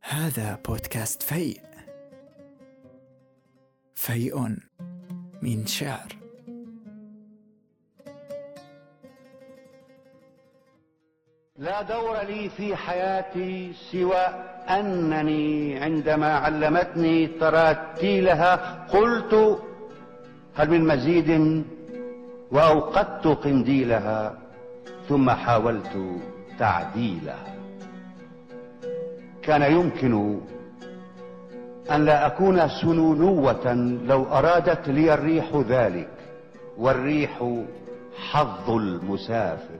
هذا بودكاست فيء من شعر. لا دور لي في حياتي سوى أنني عندما علمتني تراتيلها قلت هل من مزيد، وأوقدت قنديلها ثم حاولت تعديلها. كان يمكن أن لا أكون سنونوة لو أرادت لي الريح ذلك، والريح حظ المسافر.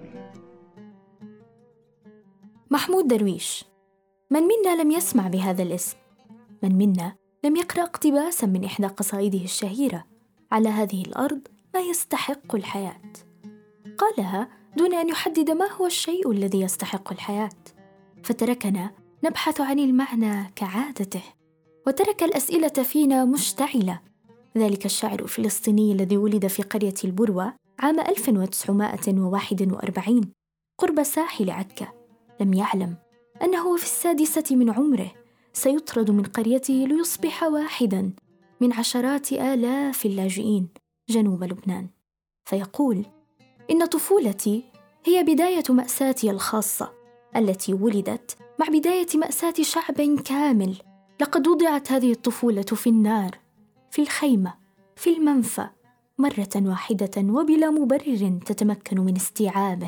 محمود درويش. من منا لم يسمع بهذا الاسم؟ من منا لم يقرأ اقتباسا من إحدى قصائده الشهيرة على هذه الأرض ما يستحق الحياة؟ قالها دون أن يحدد ما هو الشيء الذي يستحق الحياة، فتركنا نبحث عن المعنى كعادته، وترك الأسئلة فينا مشتعلة. ذلك الشاعر الفلسطيني الذي ولد في قرية البروة عام 1941 قرب ساحل عكا لم يعلم أنه في 6 من عمره سيطرد من قريته ليصبح واحداً من عشرات آلاف اللاجئين جنوب لبنان، فيقول: إن طفولتي هي بداية مأساتي الخاصة التي ولدت مع بداية مأساة شعب كامل. لقد وضعت هذه الطفولة في النار، في الخيمة، في المنفى، مرة واحدة وبلا مبرر تتمكن من استيعابه.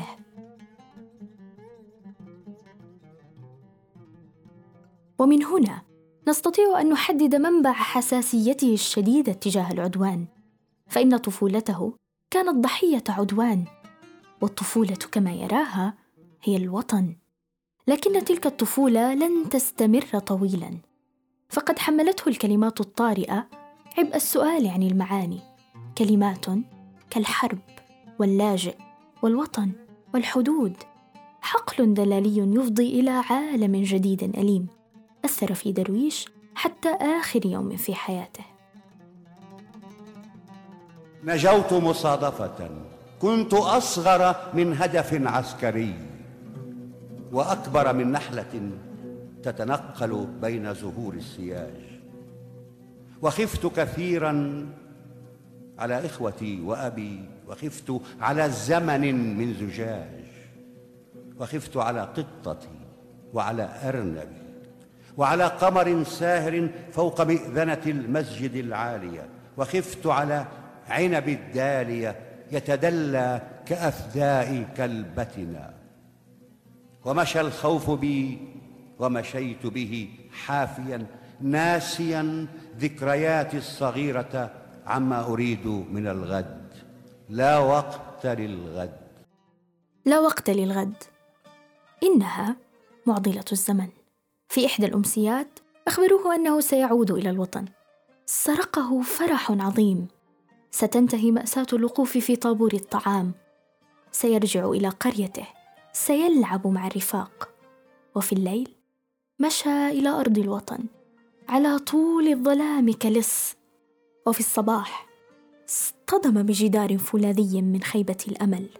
ومن هنا نستطيع أن نحدد منبع حساسيته الشديدة تجاه العدوان، فإن طفولته كانت ضحية عدوان، والطفولة كما يراها هي الوطن. لكن تلك الطفولة لن تستمر طويلاً، فقد حملته الكلمات الطارئة عبء السؤال عن المعاني، كلمات كالحرب واللاجئ والوطن والحدود، حقل دلالي يفضي إلى عالم جديد أليم أثر في درويش حتى آخر يوم في حياته. نجوت مصادفة، كنت أصغر من هدف عسكري وأكبر من نحلة تتنقل بين زهور السياج، وخفت كثيرا على إخوتي وأبي، وخفت على زمن من زجاج، وخفت على قطتي وعلى أرنبي وعلى قمر ساهر فوق مئذنة المسجد العالية، وخفت على عنب الدالية يتدلى كأفداء كلبتنا. ومشى الخوف بي ومشيت به حافيا ناسيا ذكرياتي الصغيرة عما أريد من الغد. لا وقت للغد. لا وقت للغد، إنها معضلة الزمن. في إحدى الأمسيات أخبروه أنه سيعود إلى الوطن، سرقه فرح عظيم. ستنتهي مأساة الوقوف في طابور الطعام، سيرجع إلى قريته، سيلعب مع الرفاق. وفي الليل مشى إلى أرض الوطن على طول الظلام كلص، وفي الصباح اصطدم بجدار فولاذي من خيبة الأمل،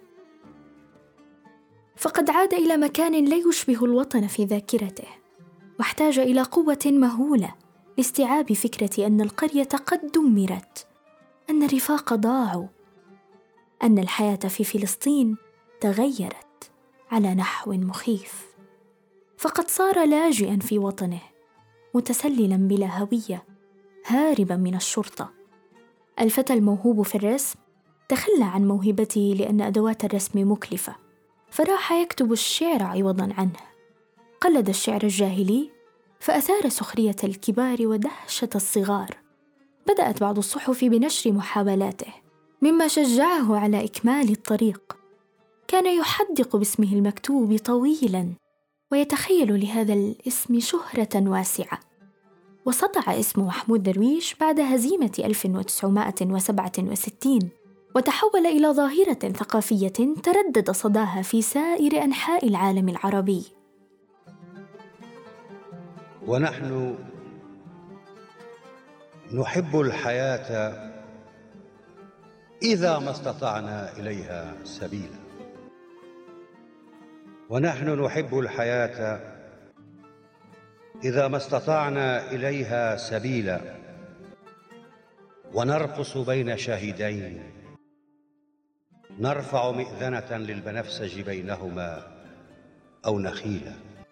فقد عاد إلى مكان لا يشبه الوطن في ذاكرته، واحتاج إلى قوة مهولة لاستيعاب فكرة أن القرية قد دمرت، أن الرفاق ضاعوا، أن الحياة في فلسطين تغيرت على نحو مخيف. فقد صار لاجئاً في وطنه، متسللاً بلا هوية، هارباً من الشرطة. الفتى الموهوب في الرسم تخلى عن موهبته لأن أدوات الرسم مكلفة، فراح يكتب الشعر عوضاً عنه. قلد الشعر الجاهلي فأثار سخرية الكبار ودهشة الصغار. بدأت بعض الصحف بنشر محاولاته، مما شجعه على إكمال الطريق. كان يحدق باسمه المكتوب طويلاً ويتخيل لهذا الاسم شهرة واسعة. وسطع اسم محمود درويش بعد هزيمة 1967، وتحول إلى ظاهرة ثقافية تردد صداها في سائر أنحاء العالم العربي. ونحن نحب الحياة إذا ما استطعنا إليها سبيلا، ونحن نحب الحياة إذا ما استطعنا إليها سبيلا ونرقص بين شاهدين، نرفع مئذنة للبنفسج بينهما أو نخيلا.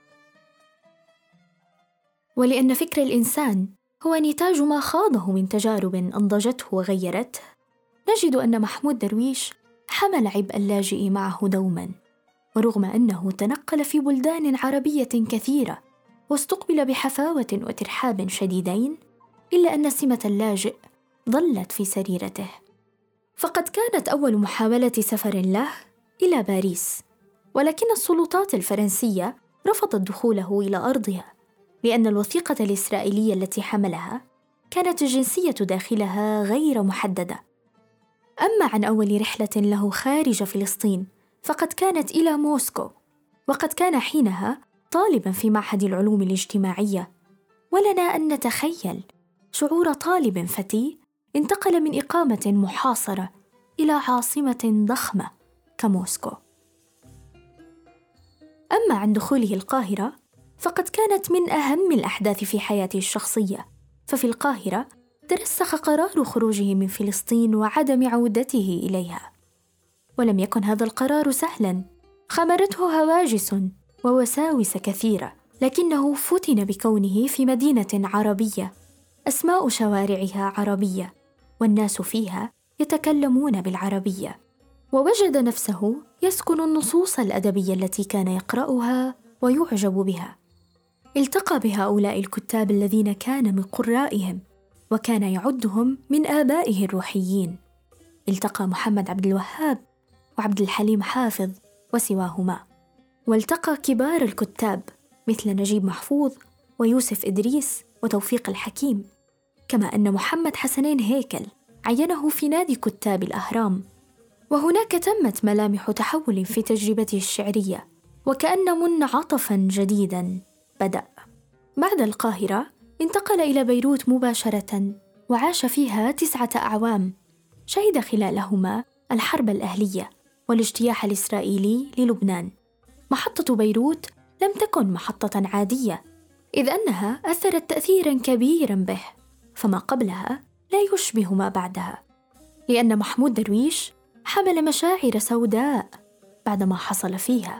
ولأن فكر الإنسان هو نتاج ما خاضه من تجارب أنضجته وغيرته، نجد أن محمود درويش حمل عبء اللاجئ معه دوماً، ورغم أنه تنقل في بلدان عربية كثيرة واستقبل بحفاوة وترحاب شديدين، إلا أن سمة اللاجئ ظلت في سريرته. فقد كانت أول محاولة سفر له إلى باريس، ولكن السلطات الفرنسية رفضت دخوله إلى أرضها، لأن الوثيقة الإسرائيلية التي حملها كانت الجنسية داخلها غير محددة. أما عن أول رحلة له خارج فلسطين فقد كانت إلى موسكو، وقد كان حينها طالباً في معهد العلوم الاجتماعية، ولنا أن نتخيل شعور طالب فتي انتقل من إقامة محاصرة إلى عاصمة ضخمة كموسكو. أما عن دخوله القاهرة فقد كانت من أهم الأحداث في حياته الشخصية، ففي القاهرة ترسخ قرار خروجه من فلسطين وعدم عودته إليها، ولم يكن هذا القرار سهلاً، خمرته هواجس ووساوس كثيرة، لكنه فتن بكونه في مدينة عربية أسماء شوارعها عربية والناس فيها يتكلمون بالعربية، ووجد نفسه يسكن النصوص الأدبية التي كان يقرأها ويعجب بها. التقى بهؤلاء الكتاب الذين كان من قرائهم وكان يعدهم من آبائه الروحيين. التقى محمد عبد الوهاب وعبد الحليم حافظ وسواهما، والتقى كبار الكتاب مثل نجيب محفوظ ويوسف إدريس وتوفيق الحكيم، كما أن محمد حسنين هيكل عينه في نادي كتاب الأهرام. وهناك تمت ملامح تحول في تجربته الشعرية، وكأن منعطفاً جديداً بدأ. بعد القاهرة انتقل إلى بيروت مباشرة، وعاش فيها 9 أعوام شهد خلالهما الحرب الأهلية والاجتياح الإسرائيلي للبنان. محطة بيروت لم تكن محطة عادية، إذ أنها أثرت تأثيراً كبيراً به، فما قبلها لا يشبه ما بعدها، لأن محمود درويش حمل مشاعر سوداء بعد ما حصل فيها.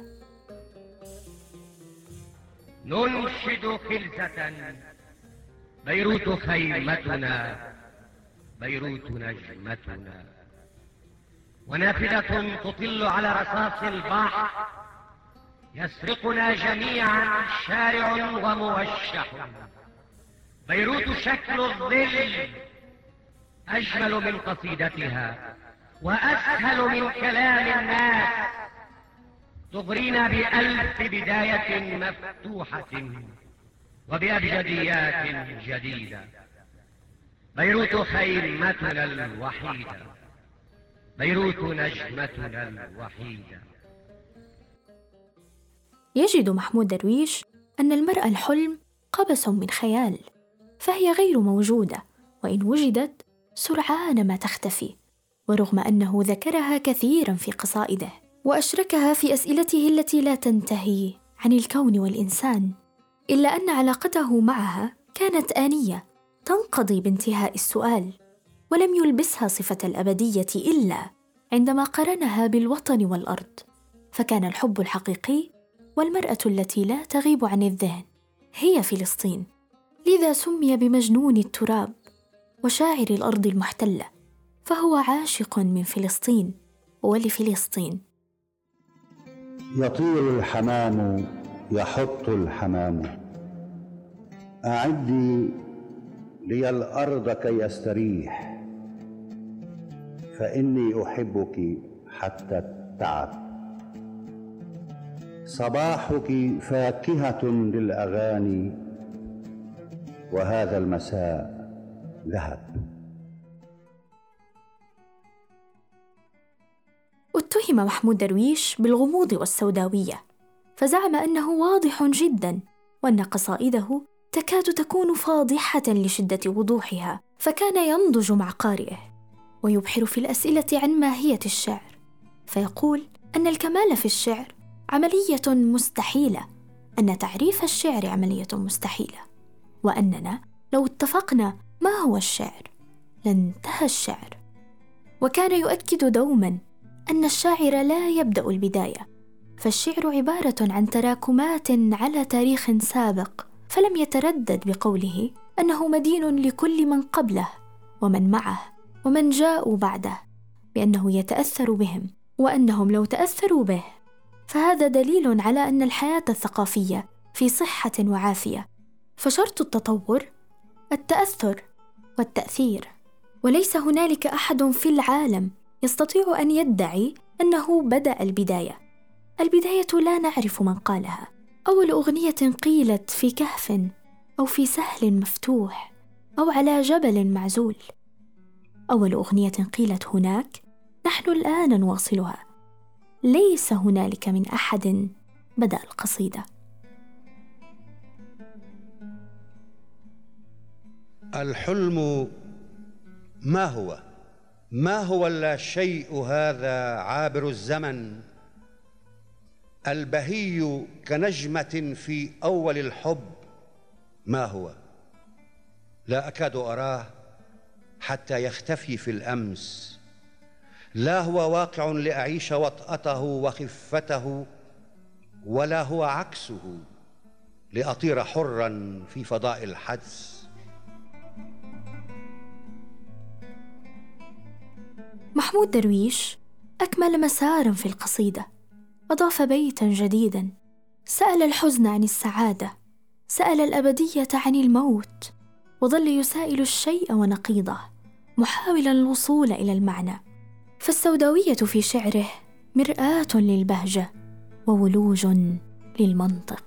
ننشد خلسة بيروت خيمتنا، بيروت نجمتنا، ونافذة تطل على رصاص البحر، يسرقنا جميعا شارع وموشح. بيروت شكل الظل أجمل من قصيدتها وأسهل من كلام الناس، تغرينا ب1000 بداية مفتوحة وبأبجديات جديدة. بيروت خيمتنا الوحيدة، بيروت نجمتنا الوحيدة. يجد محمود درويش أن المرأة الحلم قبس من خيال، فهي غير موجودة، وإن وجدت سرعان ما تختفي. ورغم أنه ذكرها كثيراً في قصائده وأشركها في أسئلته التي لا تنتهي عن الكون والإنسان، إلا أن علاقته معها كانت آنية تنقضي بانتهاء السؤال، ولم يلبسها صفة الأبدية إلا عندما قرنها بالوطن والأرض، فكان الحب الحقيقي والمرأة التي لا تغيب عن الذهن هي فلسطين، لذا سمي بمجنون التراب وشاعر الأرض المحتلة، فهو عاشق من فلسطين ولفلسطين. يطير الحمام يحط الحمام، أعدي لي الأرض كي أستريح، فإني أحبك حتى التعب. صباحك فاكهة للأغاني، وهذا المساء ذهب. اتهم محمود درويش بالغموض والسوداوية، فزعم أنه واضح جداً، وأن قصائده تكاد تكون فاضحة لشدة وضوحها، فكان ينضج مع قارئه ويبحر في الأسئلة عن ماهية الشعر، فيقول أن الكمال في الشعر عملية مستحيلة، أن تعريف الشعر عملية مستحيلة، وأننا لو اتفقنا ما هو الشعر لانتهى الشعر. وكان يؤكد دوما أن الشاعر لا يبدأ البداية، فالشعر عبارة عن تراكمات على تاريخ سابق، فلم يتردد بقوله أنه مدين لكل من قبله ومن معه ومن جاءوا بعده، بأنه يتأثر بهم، وأنهم لو تأثروا به فهذا دليل على أن الحياة الثقافية في صحة وعافية. فشرط التطور التأثر والتأثير، وليس هنالك أحد في العالم يستطيع أن يدعي أنه بدأ البداية. البداية لا نعرف من قالها. أول أغنية قيلت في كهف أو في سهل مفتوح أو على جبل معزول. أول أغنية قيلت هناك نحن الآن نواصلها. ليس هنالك من أحد بدأ القصيدة. الحلم ما هو إلا شيء هذا عابر الزمن، البهي كنجمة في أول الحب. ما هو؟ لا أكاد أراه حتى يختفي في الأمس. لا هو واقع لأعيش وطأته وخفته، ولا هو عكسه لأطير حراً في فضاء الحدس. محمود درويش أكمل مساراً في القصيدة، أضاف بيتاً جديداً، سأل الحزن عن السعادة، سأل الأبدية عن الموت، وظل يسائل الشيء ونقيضه محاولاً الوصول إلى المعنى. فالسوداوية في شعره مرآة للبهجة وولوج للمنطق.